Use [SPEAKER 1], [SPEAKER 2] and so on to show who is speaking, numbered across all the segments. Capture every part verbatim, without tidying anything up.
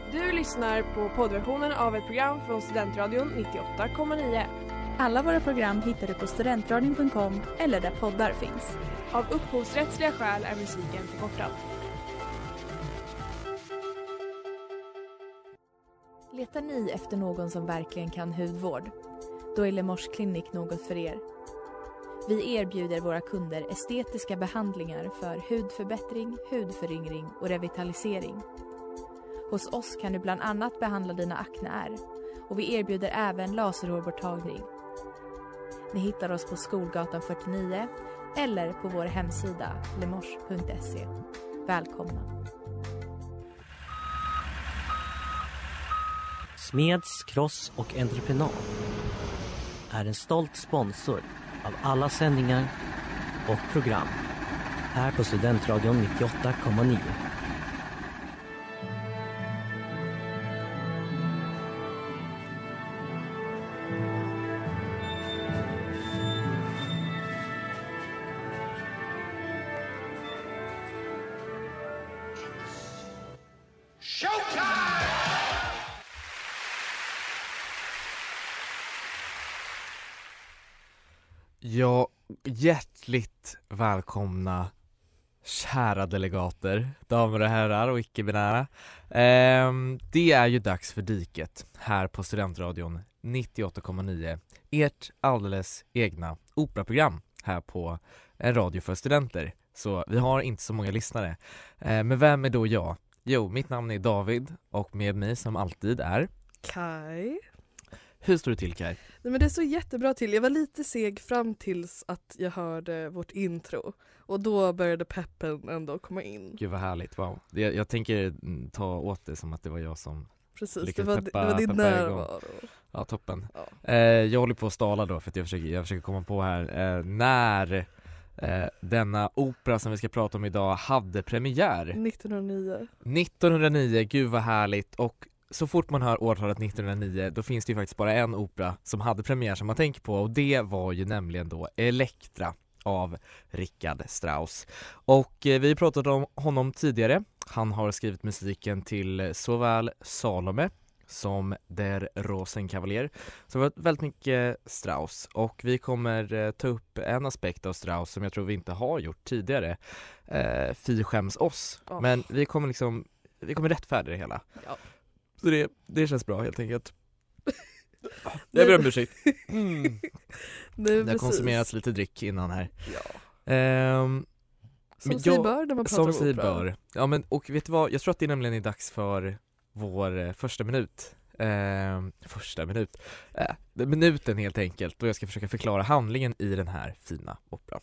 [SPEAKER 1] Du lyssnar på poddversionen av ett program från Studentradion nittioåtta komma nio.
[SPEAKER 2] Alla våra program hittar du på studentradion punkt com eller där poddar finns.
[SPEAKER 1] Av upphovsrättsliga skäl är musiken förkortad.
[SPEAKER 2] Letar ni efter någon som verkligen kan hudvård? Då är Lemors klinik något för er. Vi erbjuder våra kunder estetiska behandlingar för hudförbättring, hudföryngring och revitalisering. Hos oss kan du bland annat behandla dina akneär och vi erbjuder även laserhårborttagning. Ni hittar oss på Skolgatan fyrtionio eller på vår hemsida lemors punkt se. Välkomna!
[SPEAKER 3] Smeds, Cross och Entreprenad är en stolt sponsor av alla sändningar och program här på Studentradion nittioåtta komma nio.
[SPEAKER 4] Ja, hjärtligt välkomna kära delegater, damer och herrar och icke-binära. Ehm, det är ju dags för Diket här på Studentradion nittioåtta komma nio. Ert alldeles egna operaprogram här på en radio för studenter. Så vi har inte så många lyssnare. Ehm, men vem är då jag? Jo, mitt namn är David och med mig som alltid är
[SPEAKER 5] Kai.
[SPEAKER 4] Hur står det till, Kai?
[SPEAKER 5] Nej, men det står jättebra till. Jag var lite seg fram tills att jag hörde vårt intro. Och då började peppen ändå komma in.
[SPEAKER 4] Gud vad härligt, wow. Jag, jag tänker ta åt det som att det var jag som
[SPEAKER 5] Precis, det var, peppa, det var din närvaro.
[SPEAKER 4] Ja, toppen.
[SPEAKER 5] Ja.
[SPEAKER 4] Eh, jag håller på att stala då för att jag försöker, jag försöker komma på här eh, när eh, denna opera som vi ska prata om idag hade premiär.
[SPEAKER 5] nittonhundranio.
[SPEAKER 4] nittonhundranio, gud vad härligt. Och så fort man hör årtalet nittonhundranio då finns det ju faktiskt bara en opera som hade premiär som man tänker på, och det var ju nämligen då Elektra av Richard Strauss. Och eh, vi pratat om honom tidigare. Han har skrivit musiken till såväl Salome som Der Rosenkavalier. Så det var väldigt mycket Strauss, och vi kommer eh, ta upp en aspekt av Strauss som jag tror vi inte har gjort tidigare. Eh, Fy skäms oss.
[SPEAKER 5] Oh.
[SPEAKER 4] Men vi kommer liksom vi kommer rättfärdiga det hela.
[SPEAKER 5] Ja.
[SPEAKER 4] Så det, det känns bra helt enkelt. Jag ber om ursäkt. Mm.
[SPEAKER 5] Det
[SPEAKER 4] har konsumerats lite dryck innan här.
[SPEAKER 5] Ja.
[SPEAKER 4] Um,
[SPEAKER 5] som sig bör när man pratar om
[SPEAKER 4] Som
[SPEAKER 5] opera.
[SPEAKER 4] bör. Ja, men, och vet du vad? Jag tror att det nämligen är dags för vår eh, första minut. Eh, första minut. Eh, minuten helt enkelt. Och jag ska försöka förklara handlingen i den här fina operan.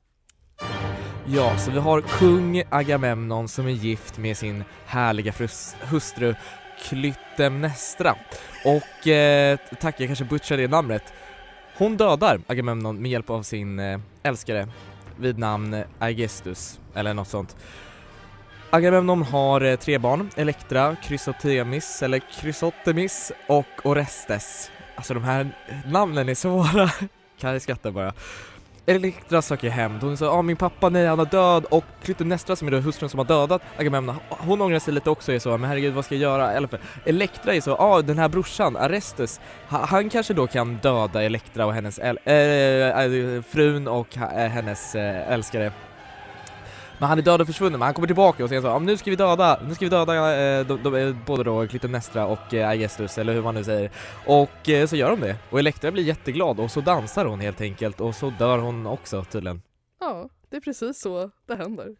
[SPEAKER 4] Ja, så vi har kung Agamemnon som är gift med sin härliga frus- hustru Klytemnestra. Och eh, tack, jag kanske butchar det namnet. Hon dödar Agamemnon med hjälp av sin eh, älskare vid namn Aegisthus eller något sånt. Agamemnon har eh, tre barn: Elektra, Chrysotemis eller Chrysotemis och Orestes. Alltså de här namnen är svåra. Kan jag skratta bara. Elektra söker hem. Hon säger, ja, min pappa, nej, han är död. Och Klytemnestra, som är då hustrun som har dödat Agamemnon, hon ångrar sig lite också, är så, men herregud, vad ska jag göra? Eller för Elektra är så, ja, den här brorsan Arestus, han kanske då kan döda Elektra och hennes äl- äh, frun och äh, hennes äh, älskare. Men han är död och försvunnen, men han kommer tillbaka och säger så, ja, nu ska vi döda, nu ska vi döda eh, de, de, både då Klytemnestra och eh, Aegisthus, eller hur man nu säger. Och eh, så gör de det. Och Elektra blir jätteglad och så dansar hon helt enkelt, och så dör hon också tydligen.
[SPEAKER 5] Ja, det är precis så det händer.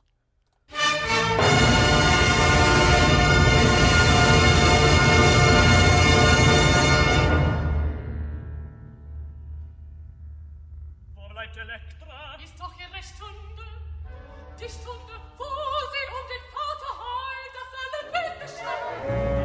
[SPEAKER 6] Die Stunde, wo sie um den Vater heult, dass alle Welt beschreibt.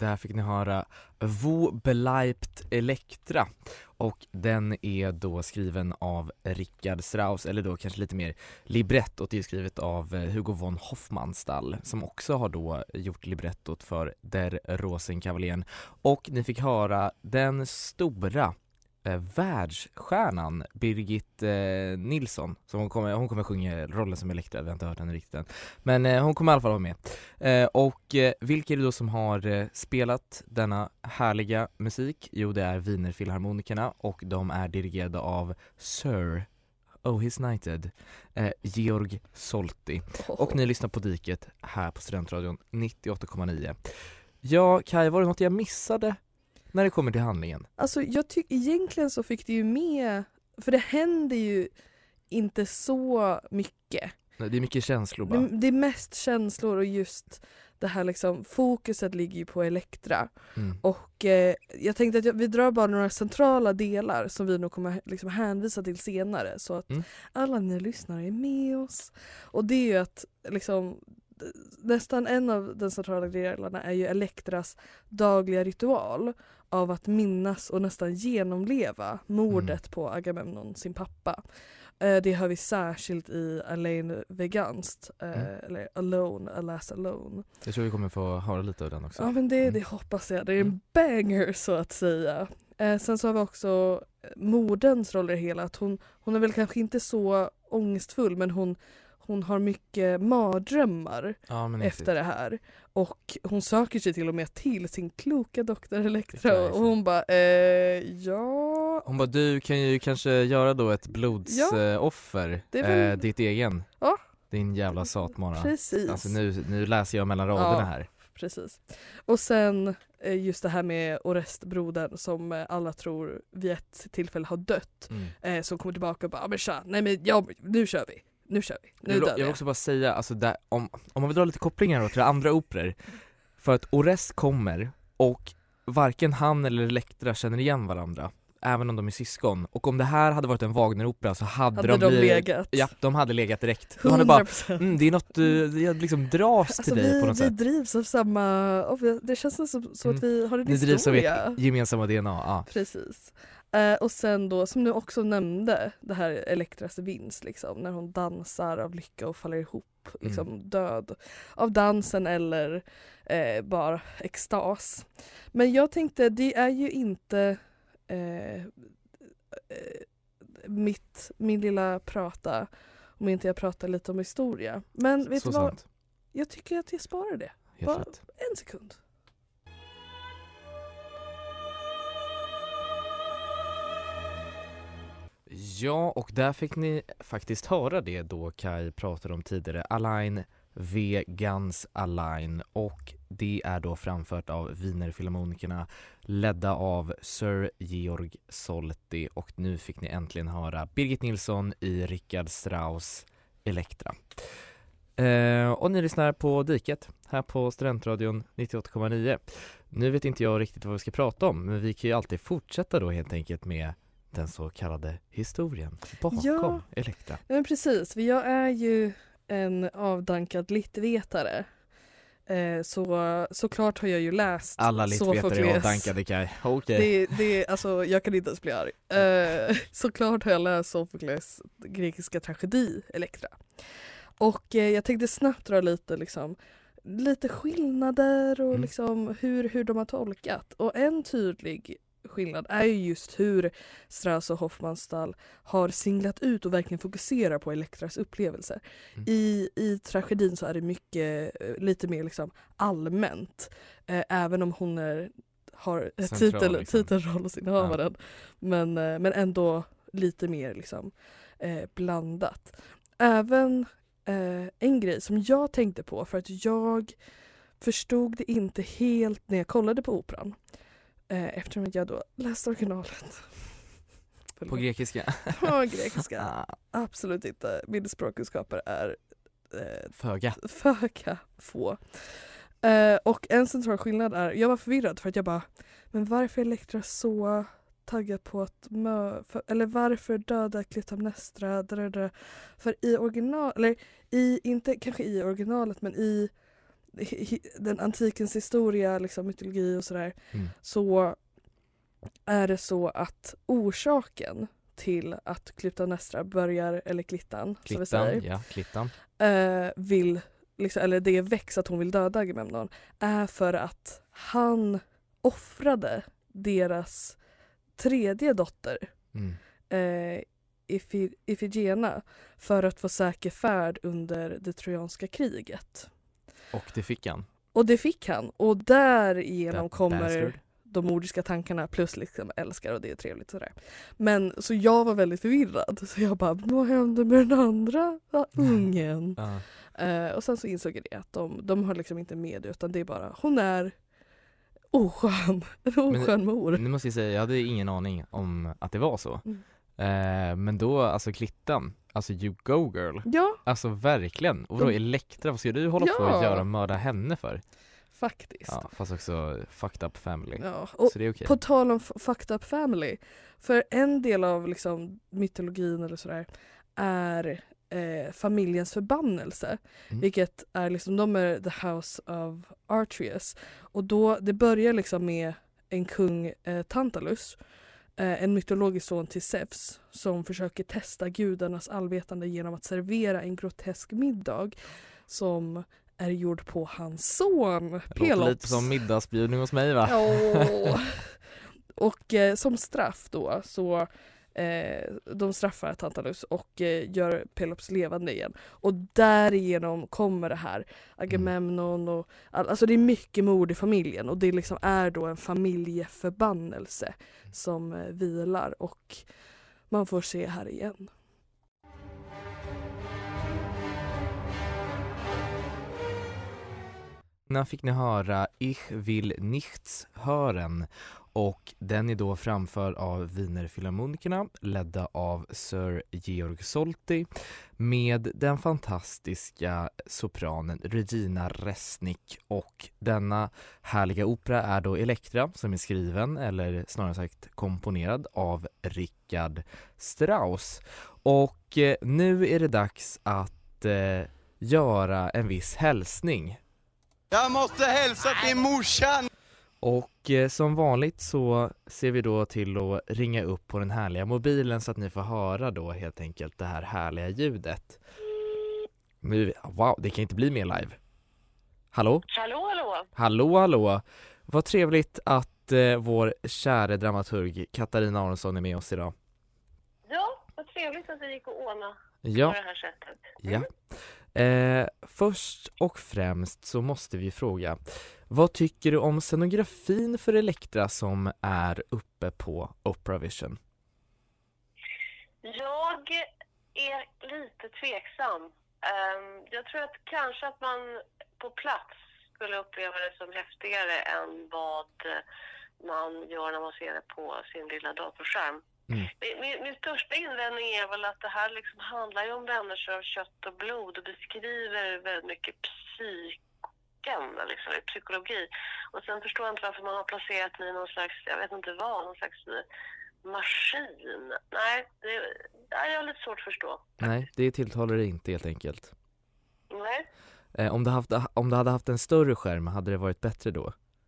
[SPEAKER 4] där fick ni höra Wo bleibt Elektra, och den är då skriven av Richard Strauss, eller då kanske lite mer librettot, det är skrivet av Hugo von Hofmannsthal som också har då gjort librettot för Der Rosenkavalieren. Och ni fick höra den stora eh, världsstjärnan Birgit eh, Nilsson, som hon kommer, hon kommer sjunga rollen som Elektra, vi har inte hört henne riktigt än. Men eh, hon kommer i alla fall vara med. Eh, och eh, vilka är det då som har eh, spelat denna härliga musik? Jo, det är Wienerfilharmonikerna, och de är dirigerade av Sir Oh He's Knighted, eh, Georg Solti. Och ni lyssnar på Diket här på Studentradion nittioåtta komma nio. Ja, Kaj, var det något jag missade när det kommer till handlingen?
[SPEAKER 5] Alltså jag tycker egentligen så fick det ju med, för det händer ju inte så mycket.
[SPEAKER 4] Nej, det är mycket känslor bara.
[SPEAKER 5] Det, det är mest känslor, och just det här liksom, fokuset ligger ju på Elektra.
[SPEAKER 4] Mm.
[SPEAKER 5] Och eh, jag tänkte att jag, vi drar bara några centrala delar som vi nog kommer liksom hänvisa till senare, så att
[SPEAKER 4] Mm.
[SPEAKER 5] alla ni lyssnare är med oss. Och det är ju att liksom, nästan en av de centrala delarna är ju Elektras dagliga ritual av att minnas och nästan genomleva mordet
[SPEAKER 4] Mm.
[SPEAKER 5] på Agamemnon, sin pappa. Eh, det har vi särskilt i Alain Veganst, eh,
[SPEAKER 4] Mm.
[SPEAKER 5] eller Alone, Alas Alone.
[SPEAKER 4] Jag tror vi kommer få höra lite av den också.
[SPEAKER 5] Ja, men det,
[SPEAKER 4] Mm.
[SPEAKER 5] det hoppas jag. Det är en
[SPEAKER 4] Mm.
[SPEAKER 5] banger så att säga. Eh, sen så har vi också moderns roll i det hela. Att hon, hon är väl kanske inte så ångestfull, men hon, hon har mycket mardrömmar
[SPEAKER 4] Ja, men
[SPEAKER 5] efter det här. Och hon söker sig till och med till sin kloka doktor
[SPEAKER 4] Det
[SPEAKER 5] Elektra.
[SPEAKER 4] är
[SPEAKER 5] Och hon bara, eh, ja...
[SPEAKER 4] Hon bara, du kan ju kanske göra då ett blodsoffer,
[SPEAKER 5] Ja,
[SPEAKER 4] eh,
[SPEAKER 5] det är väl-
[SPEAKER 4] eh, ditt egen.
[SPEAKER 5] Ja.
[SPEAKER 4] Din jävla satmara.
[SPEAKER 5] Precis.
[SPEAKER 4] Alltså nu, nu läser jag mellan raderna
[SPEAKER 5] Ja.
[SPEAKER 4] här.
[SPEAKER 5] Precis. Och sen eh, just det här med Orest-brodern som eh, alla tror vid ett tillfälle har dött.
[SPEAKER 4] Mm.
[SPEAKER 5] Eh, som kommer tillbaka och bara, "Ah, men tja, nej men ja, nu kör vi. Nu kör vi. Nu
[SPEAKER 4] Jag vill,
[SPEAKER 5] dör
[SPEAKER 4] jag vill
[SPEAKER 5] vi."
[SPEAKER 4] också bara säga, alltså där, om, om man vill dra lite kopplingar då till andra operor, för att Orest kommer och varken han eller Elektra känner igen varandra, även om de är syskon. Och om det här hade varit en Wagner-opera så hade,
[SPEAKER 5] Hade
[SPEAKER 4] de,
[SPEAKER 5] de
[SPEAKER 4] blivit,
[SPEAKER 5] legat.
[SPEAKER 4] Ja, de hade legat direkt. Då hade bara,
[SPEAKER 5] hundra procent.
[SPEAKER 4] mm, det är något du, det liksom dras till
[SPEAKER 5] Alltså
[SPEAKER 4] dig
[SPEAKER 5] vi,
[SPEAKER 4] på något
[SPEAKER 5] vi
[SPEAKER 4] sätt.
[SPEAKER 5] drivs av samma, och vi- det känns som så
[SPEAKER 4] Mm.
[SPEAKER 5] att vi har en
[SPEAKER 4] Ni drivs av
[SPEAKER 5] historia.
[SPEAKER 4] ert gemensamma D N A, ja.
[SPEAKER 5] Precis. Eh, och sen då, som du också nämnde, det här Elektras vinst, liksom, när hon dansar av lycka och faller ihop, liksom
[SPEAKER 4] Mm.
[SPEAKER 5] död av dansen eller eh, bara extas. Men jag tänkte, det är ju inte eh, eh, mitt, min lilla prata, om inte jag pratar lite om historia. Men vet
[SPEAKER 4] Så
[SPEAKER 5] du vad,
[SPEAKER 4] sant.
[SPEAKER 5] jag tycker att jag sparar det.
[SPEAKER 4] Helt
[SPEAKER 5] Va?
[SPEAKER 4] rätt.
[SPEAKER 5] En sekund.
[SPEAKER 4] Ja, och där fick ni faktiskt höra det då Kai pratade om tidigare, Alain Vegans Alain, och det är då framfört av Wienerfilharmonikerna ledda av Sir Georg Solti, och nu fick ni äntligen höra Birgit Nilsson i Richard Strauss Elektra. Eh, och ni lyssnar på Diket här på Studentradion nittioåtta komma nio. Nu vet inte jag riktigt vad vi ska prata om, men vi kan ju alltid fortsätta då helt enkelt med den så kallade historien bakom
[SPEAKER 5] Ja.
[SPEAKER 4] Elektra.
[SPEAKER 5] Ja, men precis, för jag är ju en avdankad littvetare. Eh, så såklart har jag ju läst
[SPEAKER 4] Alla littvetare är
[SPEAKER 5] Sofokles.
[SPEAKER 4] avdankade, Kaj. Okej.
[SPEAKER 5] Det, det, alltså, jag kan inte ens bli arg. Eh, såklart har jag läst Sofokles grekiska tragedi Elektra. Och eh, jag tänkte snabbt dra lite, liksom, lite skillnader och
[SPEAKER 4] Mm.
[SPEAKER 5] liksom, hur, hur de har tolkat. Och en tydlig skillnad är ju just hur Strauss och Hofmannsthal har singlat ut och verkligen fokuserar på Elektras upplevelser.
[SPEAKER 4] Mm.
[SPEAKER 5] I, I tragedin så är det mycket, eh, lite mer liksom allmänt. Eh, även om hon är, har ett
[SPEAKER 4] Central,
[SPEAKER 5] titel,
[SPEAKER 4] liksom.
[SPEAKER 5] titelrollsinnehavaren. Men, eh, men ändå lite mer liksom, eh, blandat. Även eh, en grej som jag tänkte på, för att jag förstod det inte helt när jag kollade på operan. Eh, eftersom jag då läste originalet.
[SPEAKER 4] På grekiska.
[SPEAKER 5] På grekiska.
[SPEAKER 4] Ah,
[SPEAKER 5] Absolut inte. Mina språkkunskaper är eh,
[SPEAKER 4] föga.
[SPEAKER 5] föga få. Eh, och en central skillnad är, jag var förvirrad för att jag bara, men varför är Elektra så taggad på att mö, för, eller varför döda Clytemnestra? Dröda. För i original, eller i, inte kanske i originalet, men i den antikens historia, liksom mytologi och sådär,
[SPEAKER 4] Mm.
[SPEAKER 5] så är det så att orsaken till att Klyptonestra börjar, eller Klittan, som vi säger,
[SPEAKER 4] Klittan, ja, Klittan.
[SPEAKER 5] eh, vill, liksom, eller det väcks att hon vill döda Agamemnon, är för att han offrade deras tredje dotter,
[SPEAKER 4] Mm.
[SPEAKER 5] eh, Ifi- Ifigena, för att få säker färd under det trojanska kriget.
[SPEAKER 4] Och det fick han.
[SPEAKER 5] Och det fick han. Och därigenom
[SPEAKER 4] That
[SPEAKER 5] kommer
[SPEAKER 4] bastard.
[SPEAKER 5] de mordiska tankarna plus liksom älskar och det är trevligt sådär. Men så jag var väldigt förvirrad. Så jag bara, vad hände med den andra ungen?
[SPEAKER 4] Ja.
[SPEAKER 5] Eh, och sen så insåg jag det att de, de har liksom inte med det, utan det är bara, hon är oskön. En oskön mor.
[SPEAKER 4] Nu måste jag säga, jag hade ingen aning om att det var så.
[SPEAKER 5] Mm.
[SPEAKER 4] Eh, men då, alltså Klittan, alltså you go girl.
[SPEAKER 5] Ja,
[SPEAKER 4] Alltså verkligen. Och då
[SPEAKER 5] De-
[SPEAKER 4] Elektra, vad ska du hålla på
[SPEAKER 5] Ja.
[SPEAKER 4] att göra och mörda henne för?
[SPEAKER 5] faktiskt.
[SPEAKER 4] Ja, fast också fucked up family.
[SPEAKER 5] Ja. Och
[SPEAKER 4] Så det är okej.
[SPEAKER 5] på tal om f- fucked up family. För en del av liksom mytologin eller sådär är eh, familjens förbannelse.
[SPEAKER 4] Mm.
[SPEAKER 5] Vilket är liksom, de är the house of Atreus. Och då, det börjar liksom med en kung, eh, Tantalus. Eh, en mytologisk son till Zeus. Som försöker testa gudarnas allvetande genom att servera en grotesk middag. Som är gjord på hans son
[SPEAKER 4] Det låter
[SPEAKER 5] Pelops.
[SPEAKER 4] lite som middagsbjudning hos mig va?
[SPEAKER 5] Åh. Och eh, som straff då så eh, de straffar Tantalus och eh, gör Pelops levande igen. Och därigenom kommer det här Agamemnon och all, alltså det är mycket mord i familjen och det liksom är då en familjeförbannelse som eh, vilar och man får se här igen.
[SPEAKER 4] När fick ni höra Ich will nichts hören och den är då framförd av Wiener Philharmonikerna ledda av Sir Georg Solti med den fantastiska sopranen Regina Resnick och denna härliga opera är då Elektra som är skriven eller snarare sagt komponerad av Richard Strauss och eh, nu är det dags att eh, göra en viss hälsning.
[SPEAKER 7] Jag måste hälsa till morsan!
[SPEAKER 4] Och eh, som vanligt så ser vi då till att ringa upp på den härliga mobilen så att ni får höra då helt enkelt det här härliga ljudet. Nu, wow, det kan inte bli mer live. Hallå?
[SPEAKER 8] Hallå, hallå.
[SPEAKER 4] Hallå, hallå. Vad trevligt att eh, vår kära dramaturg Katarina Aronsson är med oss idag.
[SPEAKER 8] Ja, vad trevligt att det gick att ordna
[SPEAKER 4] Ja,
[SPEAKER 8] på det här sättet.
[SPEAKER 4] ja. Eh, först och främst så måste vi fråga, vad tycker du om scenografin för Elektra som är uppe på Opera Vision?
[SPEAKER 8] Jag är lite tveksam. Um, jag tror att kanske att man på plats skulle uppleva det som häftigare än vad man gör när man ser det på sin lilla datorskärm.
[SPEAKER 4] Mm.
[SPEAKER 8] Min, min största invändning är väl att det här liksom handlar ju om människor av kött och blod och beskriver väldigt mycket psyken, liksom, psykologi. Och sen förstår jag inte varför man har placerat i någon slags, jag vet inte vad, någon slags maskin. Nej, det, det är jag lite svårt att förstå.
[SPEAKER 4] Nej, det tilltalar det inte helt enkelt.
[SPEAKER 8] Nej.
[SPEAKER 4] Eh, om, du haft, om du hade haft en större skärm, hade det varit bättre då?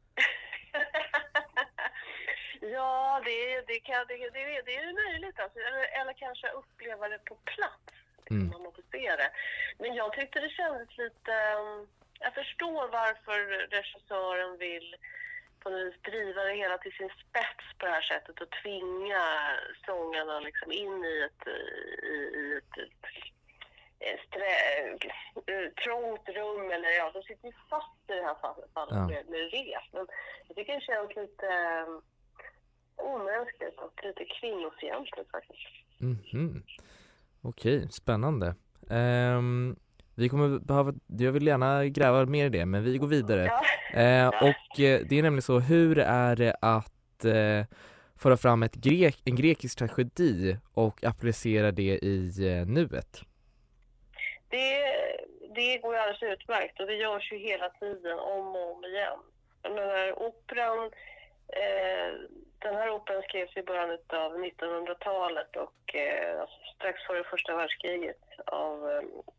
[SPEAKER 8] Ja, det, det, kan, det, det, det är ju möjligt. Alltså. Eller, eller kanske uppleva det på plats.
[SPEAKER 4] Mm.
[SPEAKER 8] Man måste se det. Men jag tyckte det kändes lite... um, Jag förstår varför regissören vill på något vis driva det hela till sin spets på det här sättet och tvinga sångarna liksom in i ett, i, i ett, ett strä, trångt rum. Eller ja, de sitter ju fast i det här fallet
[SPEAKER 4] Ja.
[SPEAKER 8] med, med res. Men jag tycker det känns lite... Um, omänskligt och lite kvinnofientligt faktiskt.
[SPEAKER 4] Mhm. Okej, spännande. Ehm, vi kommer behöva, jag vill gärna gräva mer i det, men vi går vidare.
[SPEAKER 8] Ja.
[SPEAKER 4] Eh, och eh, det är nämligen så, hur är det att eh, föra fram ett grek, en grekisk tragedi och applicera det i eh, nuet?
[SPEAKER 8] Det, det går ju alldeles utmärkt och det görs ju hela tiden om och om igen. Jag menar, operan Eh, den här operan skrevs i början av nittonhundratalet och eh, alltså strax före första världskriget av eh,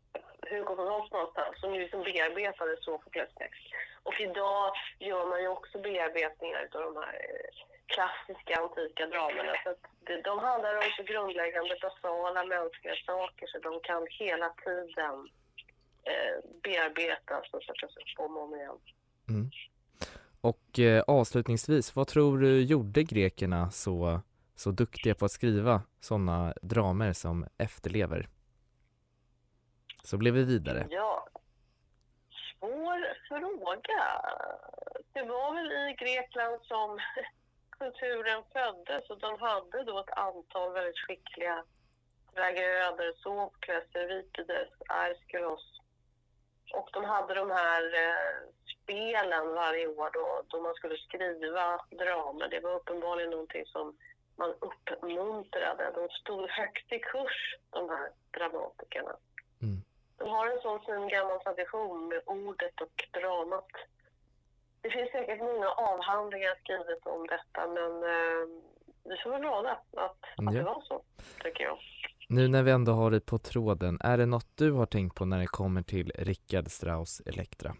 [SPEAKER 8] Hugo von Hoff någonstans, som ju liksom bearbetade Sofokles text. Och idag gör man ju också bearbetningar av de här klassiska antika dramerna. Så att det, de handlar om så grundläggande, basala mänskliga saker, så de kan hela tiden eh, bearbetas och sättas upp om och om igen.
[SPEAKER 4] Mm. Och eh, avslutningsvis, vad tror du gjorde grekerna så, så duktiga på att skriva sådana dramer som efterlever? Så blev vi vidare.
[SPEAKER 8] Ja, svår fråga. Det var väl i Grekland som kulturen föddes, och de hade då ett antal väldigt skickliga tragöder, Sofokles, Euripides, Aeschylus. Och de hade de här eh, spelen varje år då, då man skulle skriva dramer. Det var uppenbarligen någonting som man uppmuntrade. De stod högt i kurs, de här dramatikerna.
[SPEAKER 4] Mm.
[SPEAKER 8] De har en sån fin gammal tradition med ordet och dramat. Det finns säkert många avhandlingar skrivet om detta, men eh, vi får vara glada att, att
[SPEAKER 4] Ja.
[SPEAKER 8] det var så, tycker jag.
[SPEAKER 4] Nu när vi ändå har det på tråden, är det något du har tänkt på när det kommer till Richard Strauss Elektra?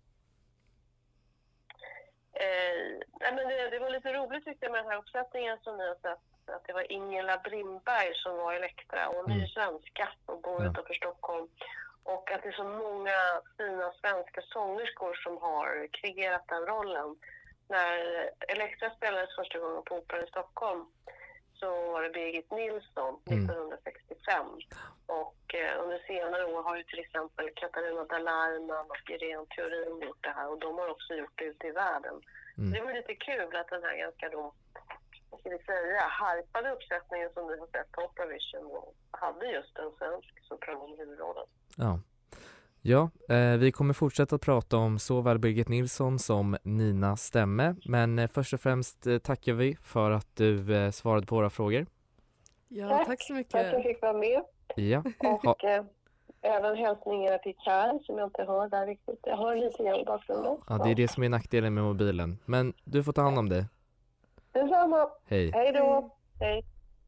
[SPEAKER 8] Eh, nej, men det, det var lite roligt tyckte jag med den här uppsättningen som ni har sett. Att det var Ingela Brindberg som var Elektra, och hon är ju svenska och bor
[SPEAKER 4] Ja.
[SPEAKER 8] utanför Stockholm. Och att det är så många fina svenska sångerskor som har kreerat den rollen. När Elektra spelades första gången på Operan i Stockholm så var det Birgit Nilsson
[SPEAKER 4] Mm.
[SPEAKER 8] nittonhundrasextiofem. Och eh, under senare år har ju till exempel Katarina Dalarman och Irene Theorin gjort det här. Och de har också gjort det ute i världen.
[SPEAKER 4] Mm.
[SPEAKER 8] Det var lite kul att den här ganska då, vad ska vi säga, harpade uppsättningen som vi har sett på Operavision hade just en svensk sopran i huvudrollen.
[SPEAKER 4] Ja, ja eh, vi kommer fortsätta att prata om såväl Birgit Nilsson som Nina Stemme. Men eh, först och främst eh, tackar vi för att du eh, svarade på våra frågor.
[SPEAKER 5] Ja,
[SPEAKER 8] Tack.
[SPEAKER 5] tack så
[SPEAKER 8] Tack
[SPEAKER 5] mycket.
[SPEAKER 8] att jag fick vara med.
[SPEAKER 4] Ja,
[SPEAKER 8] Och eh, även hälsningar till Kär som jag inte hör där riktigt. Jag hör lite grann i bakgrunden.
[SPEAKER 4] ja, det är det som är nackdelen med mobilen. Men du får ta hand om dig.
[SPEAKER 8] Detsamma.
[SPEAKER 4] Hej.
[SPEAKER 8] Hej då. Hej.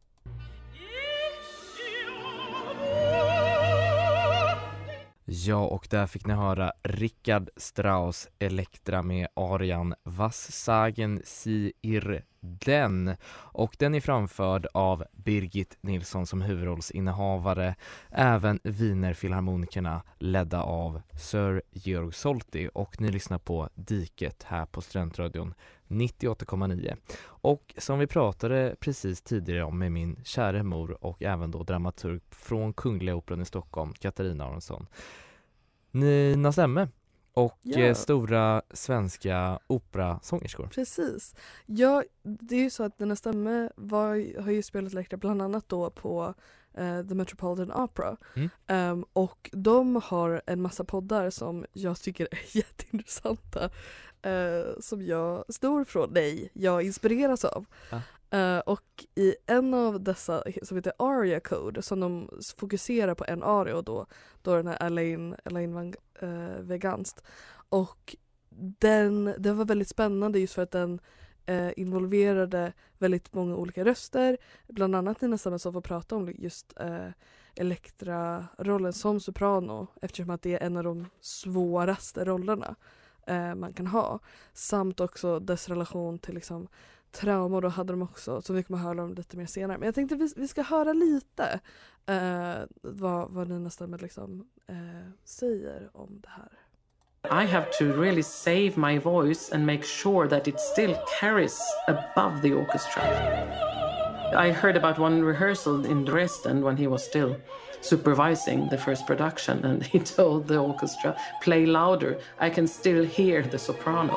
[SPEAKER 4] Ja, och där fick ni höra Richard Strauss Elektra med arian Was sagen Sie ihr denn? Och den är framförd av Birgit Nilsson som huvudrollsinnehavare, även Wienerfilharmonikerna ledda av Sir Georg Solti, och ni lyssnar på Diket här på Studentradion nittioåtta komma nio. Och som vi pratade precis tidigare om med min kära mor och även då dramaturg från Kungliga Operan i Stockholm, Katarina Aronsson, Nina Stemme och
[SPEAKER 5] Ja.
[SPEAKER 4] eh, stora svenska operasångerskor.
[SPEAKER 5] Precis. Ja, det är ju så att Nina Stemme var, har ju spelat Elektra bland annat då på eh, The Metropolitan Opera.
[SPEAKER 4] Mm.
[SPEAKER 5] Ehm, och de har en massa poddar som jag tycker är jätteintressanta. Uh, som jag stor från, nej, jag inspireras av.
[SPEAKER 4] Ja.
[SPEAKER 5] Uh, och i en av dessa som heter Aria Code, som de fokuserar på en aria, och då, då den här Elaine, Elaine Van uh, Veganst. Och den, den var väldigt spännande just för att den uh, involverade väldigt många olika röster. Bland annat Nina Stemme som får prata om just uh, Elektra-rollen som soprano, eftersom att det är en av de svåraste rollerna man kan ha, samt också dess relation till liksom trauma. Då hade de också, som vi kommer höra om lite mer senare, men jag tänkte vi, vi ska höra lite uh, vad, vad Nina Stemme liksom uh, säger om det här.
[SPEAKER 9] I have to really save my voice and make sure that it still carries above the orchestra. I heard about one rehearsal in Dresden when he was still supervising the first production, and he told the orchestra, play louder, I can still hear the soprano.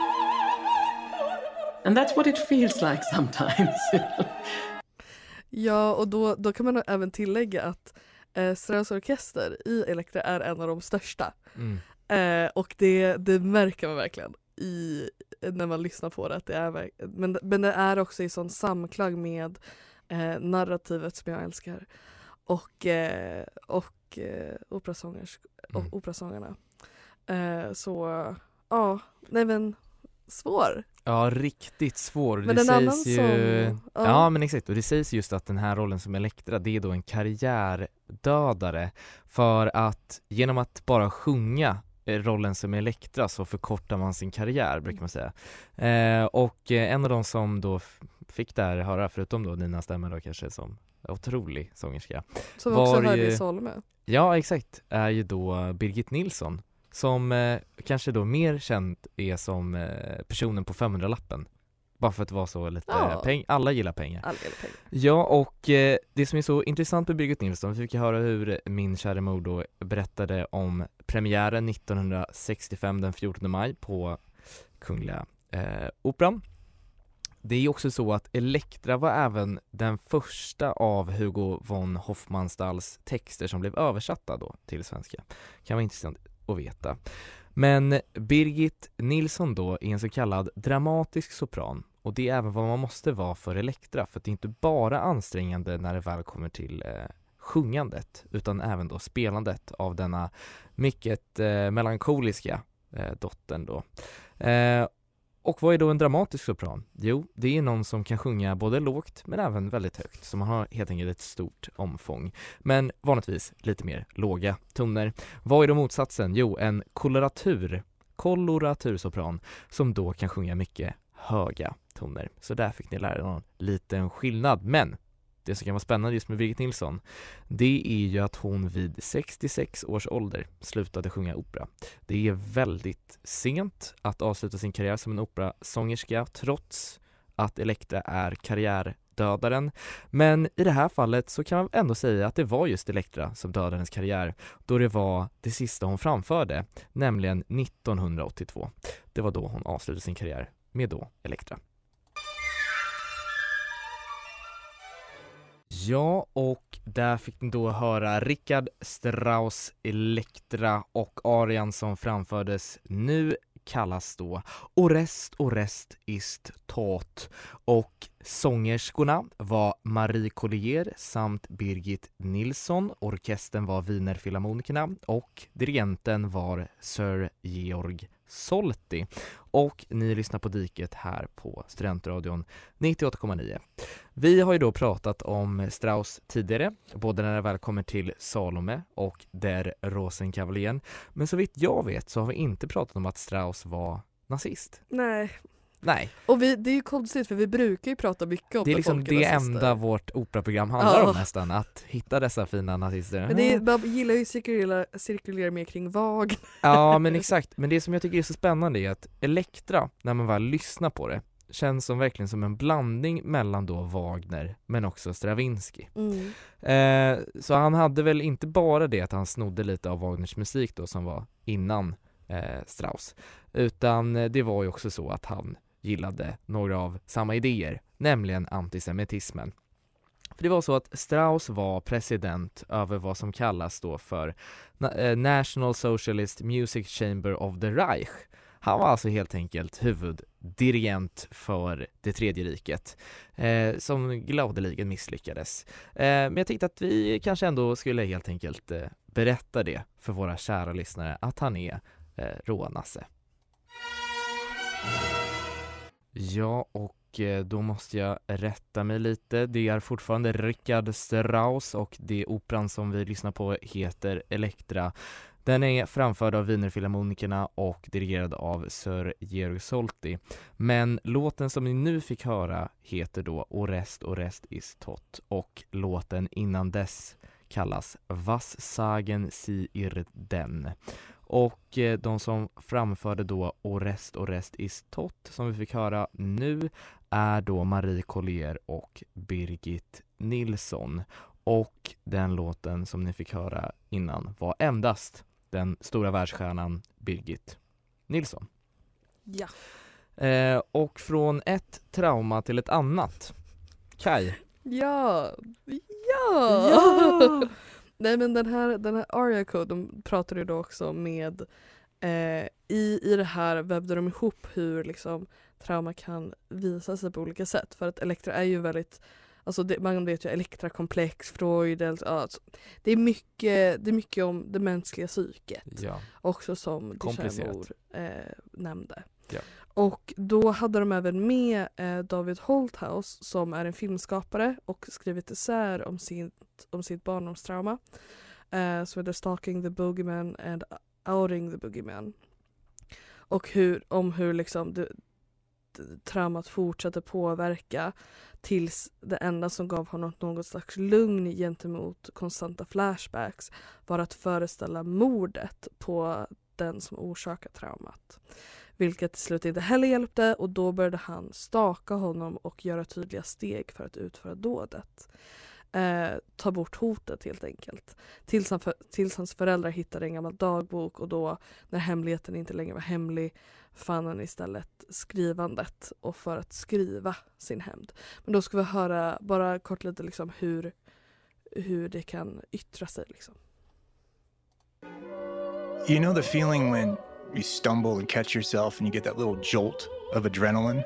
[SPEAKER 9] And that's what it feels like sometimes.
[SPEAKER 5] Ja, och då, då kan man även tillägga att eh, Strauss orkester i Elektra är en av de största.
[SPEAKER 4] Mm.
[SPEAKER 5] Eh, och det, det märker man verkligen i, när man lyssnar på det. Att det är, men, men det är också i sån samklang med eh, narrativet som jag älskar. Och, eh, och eh, operasångers,
[SPEAKER 4] Mm.
[SPEAKER 5] operasångarna. Eh, så ja, nej men svår.
[SPEAKER 4] Ja, riktigt svår.
[SPEAKER 5] Men
[SPEAKER 4] det
[SPEAKER 5] en annan
[SPEAKER 4] sägs ju...
[SPEAKER 5] som...
[SPEAKER 4] Ja. ja, men exakt. Och det sägs just att den här rollen som Elektra, det är då en karriärdödare. För att genom att bara sjunga rollen som Elektra så förkortar man sin karriär, brukar man säga. Eh, och en av de som då f- fick det här höra, förutom då Nina Stämmer då kanske som otrolig sångerska.
[SPEAKER 5] Som
[SPEAKER 4] var
[SPEAKER 5] också hörde
[SPEAKER 4] ju...
[SPEAKER 5] i Salome.
[SPEAKER 4] Ja, exakt. Är ju då Birgit Nilsson. Som eh, kanske då mer känd är som eh, personen på femhundralappen. Bara för att det var så lite
[SPEAKER 5] Ja.
[SPEAKER 4] peng. Alla gillar pengar.
[SPEAKER 5] Alla gillar pengar.
[SPEAKER 4] Ja, och eh, det som är så intressant med Birgit Nilsson, vi fick höra hur min kära mor då berättade om premiären nittonhundrasextiofem den fjortonde maj på Kungliga eh, Operan. Det är också så att Elektra var även den första av Hugo von Hofmannstalls texter som blev översatta då till svenska. Kan vara intressant att veta. Men Birgit Nilsson då är en så kallad dramatisk sopran. Och det är även vad man måste vara för Elektra, för att det är inte bara ansträngande när det väl kommer till eh, sjungandet, utan även då spelandet av denna mycket eh, melankoliska eh, dottern då. Eh, och vad är då en dramatisk sopran? Jo, det är någon som kan sjunga både lågt men även väldigt högt, så man har helt enkelt ett stort omfång. Men vanligtvis lite mer låga toner. Vad är då motsatsen? Jo, en koloratur, koloratursopran som då kan sjunga mycket höga toner. Så där fick ni lära er någon liten skillnad. Men det som kan vara spännande just med Birgit Nilsson, det är ju att hon vid sextiosex års ålder slutade sjunga opera. Det är väldigt sent att avsluta sin karriär som en operasångerska, trots att Elektra är karriärdödaren. Men i det här fallet så kan man ändå säga att det var just Elektra som dödade hennes karriär, då det var det sista hon framförde, nämligen nittonhundraåttiotvå. Det var då hon avslutade sin karriär med då Elektra. Ja, och där fick ni då höra Richard Strauss Elektra, och arian som framfördes nu kallas då Orest, Orest ist tot, och sångerskorna var Marie Collier samt Birgit Nilsson. Orkestern var Wienerfilharmonikerna och dirigenten var Sir Georg Solti. Och ni lyssnar på Diket här på Studentradion nittioåtta komma nio. Vi har ju då pratat om Strauss tidigare, både när det väl kommer till Salome och Der Rosenkavalieren. Men så vitt jag vet så har vi inte pratat om att Strauss var nazist.
[SPEAKER 5] Nej.
[SPEAKER 4] Nej.
[SPEAKER 5] Och vi, det är ju konstigt för vi brukar ju prata mycket om
[SPEAKER 4] det är liksom
[SPEAKER 5] folk är
[SPEAKER 4] det
[SPEAKER 5] nazister.
[SPEAKER 4] enda vårt operaprogram handlar
[SPEAKER 5] Ja.
[SPEAKER 4] om nästan, att hitta dessa fina nazister.
[SPEAKER 5] Men det är, man gillar ju cirkulera, cirkulera mer kring Wagner.
[SPEAKER 4] Ja, men exakt. Men det som jag tycker är så spännande är att Elektra, när man väl lyssnar på det, känns som verkligen som en blandning mellan då Wagner men också Stravinsky.
[SPEAKER 5] Mm.
[SPEAKER 4] Eh, så han hade väl inte bara det att han snodde lite av Wagners musik då som var innan eh, Strauss, utan det var ju också så att han gillade några av samma idéer, nämligen antisemitismen. För det var så att Strauss var president över vad som kallas då för National Socialist Music Chamber of the Reich. Han var alltså helt enkelt huvuddirigent för det tredje riket, eh, som gladeligen misslyckades. Eh, men jag tänkte att vi kanske ändå skulle helt enkelt eh, berätta det för våra kära lyssnare, att han är eh, rånasse. Ja, och eh, då måste jag rätta mig lite. Det är fortfarande Richard Strauss och det operan som vi lyssnar på heter Elektra. Den är framförd av Wienerfilharmonikerna och dirigerad av Sir Georg Solti. Men låten som ni nu fick höra heter då Orest, Orest ist tot, och låten innan dess kallas Was sagen Sie ihr denn? Och eh, de som framförde då Orest, Orest ist tot, som vi fick höra nu, är då Marie Collier och Birgit Nilsson. Och den låten som ni fick höra innan var endast den stora världsstjärnan Birgit Nilsson.
[SPEAKER 5] Ja.
[SPEAKER 4] Eh, och från ett trauma till ett annat. Kai.
[SPEAKER 5] Ja. Ja.
[SPEAKER 4] Ja.
[SPEAKER 5] Nej, men den här, den här aria code, de pratade ju då också med eh, i, i det här vävde de ihop hur liksom trauma kan visa sig på olika sätt. För att Elektra är ju väldigt, alltså det, man vet ju Elektra-komplex, Freud, alltså, det är mycket det är mycket om det mänskliga psyket.
[SPEAKER 4] Ja.
[SPEAKER 5] Också som
[SPEAKER 4] Komplicerat.
[SPEAKER 5] Duchamp eh, nämnde.
[SPEAKER 4] Ja.
[SPEAKER 5] Och då hade de även med eh, David Holthouse som är en filmskapare och skrivit essäer om, sin, om sitt barndomstrauma. Eh, som heter Stalking the Boogeyman and Outing the Boogeyman. Och hur, om hur liksom det, det, traumat fortsatte påverka tills det enda som gav honom något slags lugn gentemot konstanta flashbacks var att föreställa mordet på den som orsakar traumat. Vilket till slut inte heller hjälpte och då började han staka honom och göra tydliga steg för att utföra dådet. Eh, ta bort hotet helt enkelt. Tills, han för, tills hans föräldrar hittade en gammal dagbok och då när hemligheten inte längre var hemlig fann han istället skrivandet och för att skriva sin hämnd. Men då ska vi höra bara kort lite liksom hur, hur det kan yttra sig liksom.
[SPEAKER 10] You know the feeling when you stumble and catch yourself and you get that little jolt of adrenaline?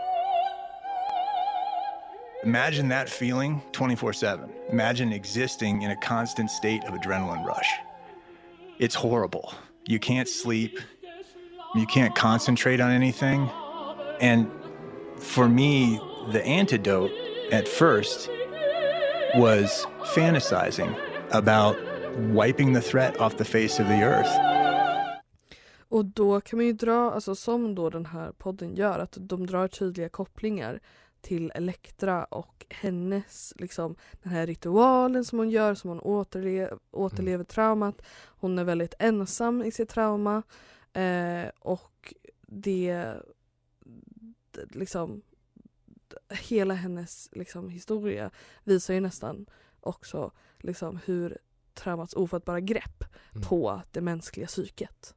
[SPEAKER 10] Imagine that feeling twenty-four seven. Imagine existing in a constant state of adrenaline rush. It's horrible. You can't sleep. You can't concentrate on anything. And for me, the antidote at first was fantasizing about wiping the threat off the face of the earth.
[SPEAKER 5] Och då kan man ju dra, alltså som då den här podden gör, att de drar tydliga kopplingar till Elektra och hennes, liksom den här ritualen som hon gör, som hon återle- återlever traumat. Hon är väldigt ensam i sitt trauma eh, och det, det liksom hela hennes liksom historia visar ju nästan också liksom hur traumats ofattbara grepp mm. på det mänskliga psyket.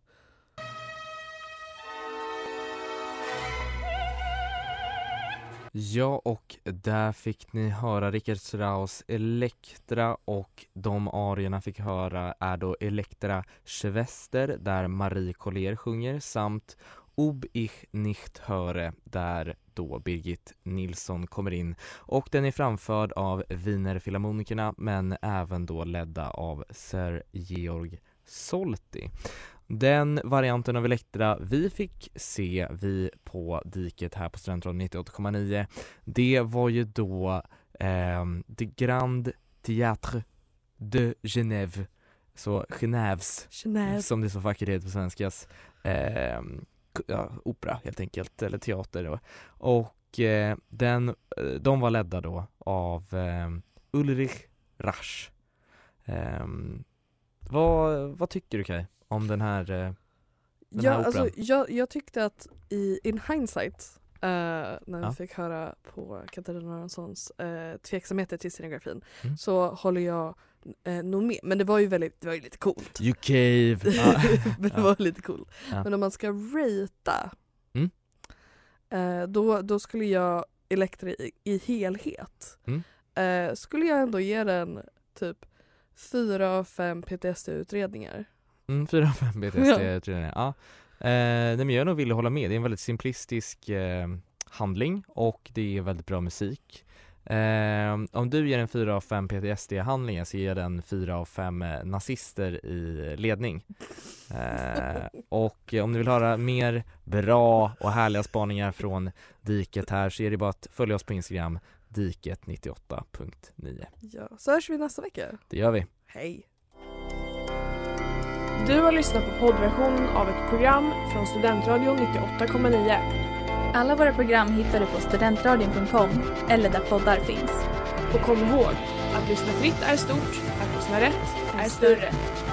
[SPEAKER 4] Ja, och där fick ni höra Richard Strauss Elektra och de arierna fick höra är då Elektra Schwester där Marie Collier sjunger samt Ob ich nicht höre där då Birgit Nilsson kommer in och den är framförd av Wiener Philharmonikerna men även då ledda av Sir Georg Solti. Den varianten av Elektra vi fick se vi på Diket här på Studentradion nittioåtta komma nio det var ju då eh, The Grand Théâtre de Genève så Genèves
[SPEAKER 5] Genève.
[SPEAKER 4] Som det så vackert heter på svenskas eh, ja, opera helt enkelt eller teater då. Och eh, den, de var ledda då av eh, Ulrich Rasch. Eh, vad, vad tycker du Kaj om den här, den
[SPEAKER 5] ja,
[SPEAKER 4] här operan?
[SPEAKER 5] Alltså, jag, jag tyckte att i in hindsight uh, när
[SPEAKER 4] ja.
[SPEAKER 5] vi fick höra på Katarina Aronssons uh, tveksamheter till scenografin
[SPEAKER 4] mm.
[SPEAKER 5] så håller jag uh, nog med. Men det var ju väldigt, det var ju lite coolt.
[SPEAKER 4] You cave!
[SPEAKER 5] Men det var lite coolt. Ja. Men om man ska ratea
[SPEAKER 4] mm.
[SPEAKER 5] uh, då, då skulle jag Elektra i, i helhet
[SPEAKER 4] mm.
[SPEAKER 5] uh, skulle jag ändå ge den typ fyra av fem P T S D-utredningar.
[SPEAKER 4] Mm, fyra av fem P T S D-utredningar, ja. Eh, nej, men jag nog ville hålla med. Det är en väldigt simplistisk eh, handling och det är väldigt bra musik. Eh, om du ger en fyra av fem P T S D-handlingar så ger den fyra av fem nazister i ledning. Eh, och om du vill höra mer bra och härliga spaningar från Diket här så är det bara att följa oss på Instagram diket nittioåtta punkt nio.
[SPEAKER 5] Ja, så hörs vi nästa vecka.
[SPEAKER 4] Det gör vi.
[SPEAKER 5] Hej.
[SPEAKER 1] Du har lyssnat på poddversionen av ett program från Studentradion nittioåtta komma nio.
[SPEAKER 2] Alla våra program hittar du på studentradion punkt com eller där poddar finns.
[SPEAKER 1] Och kom ihåg, att lyssna fritt är stort, att lyssna rätt är större.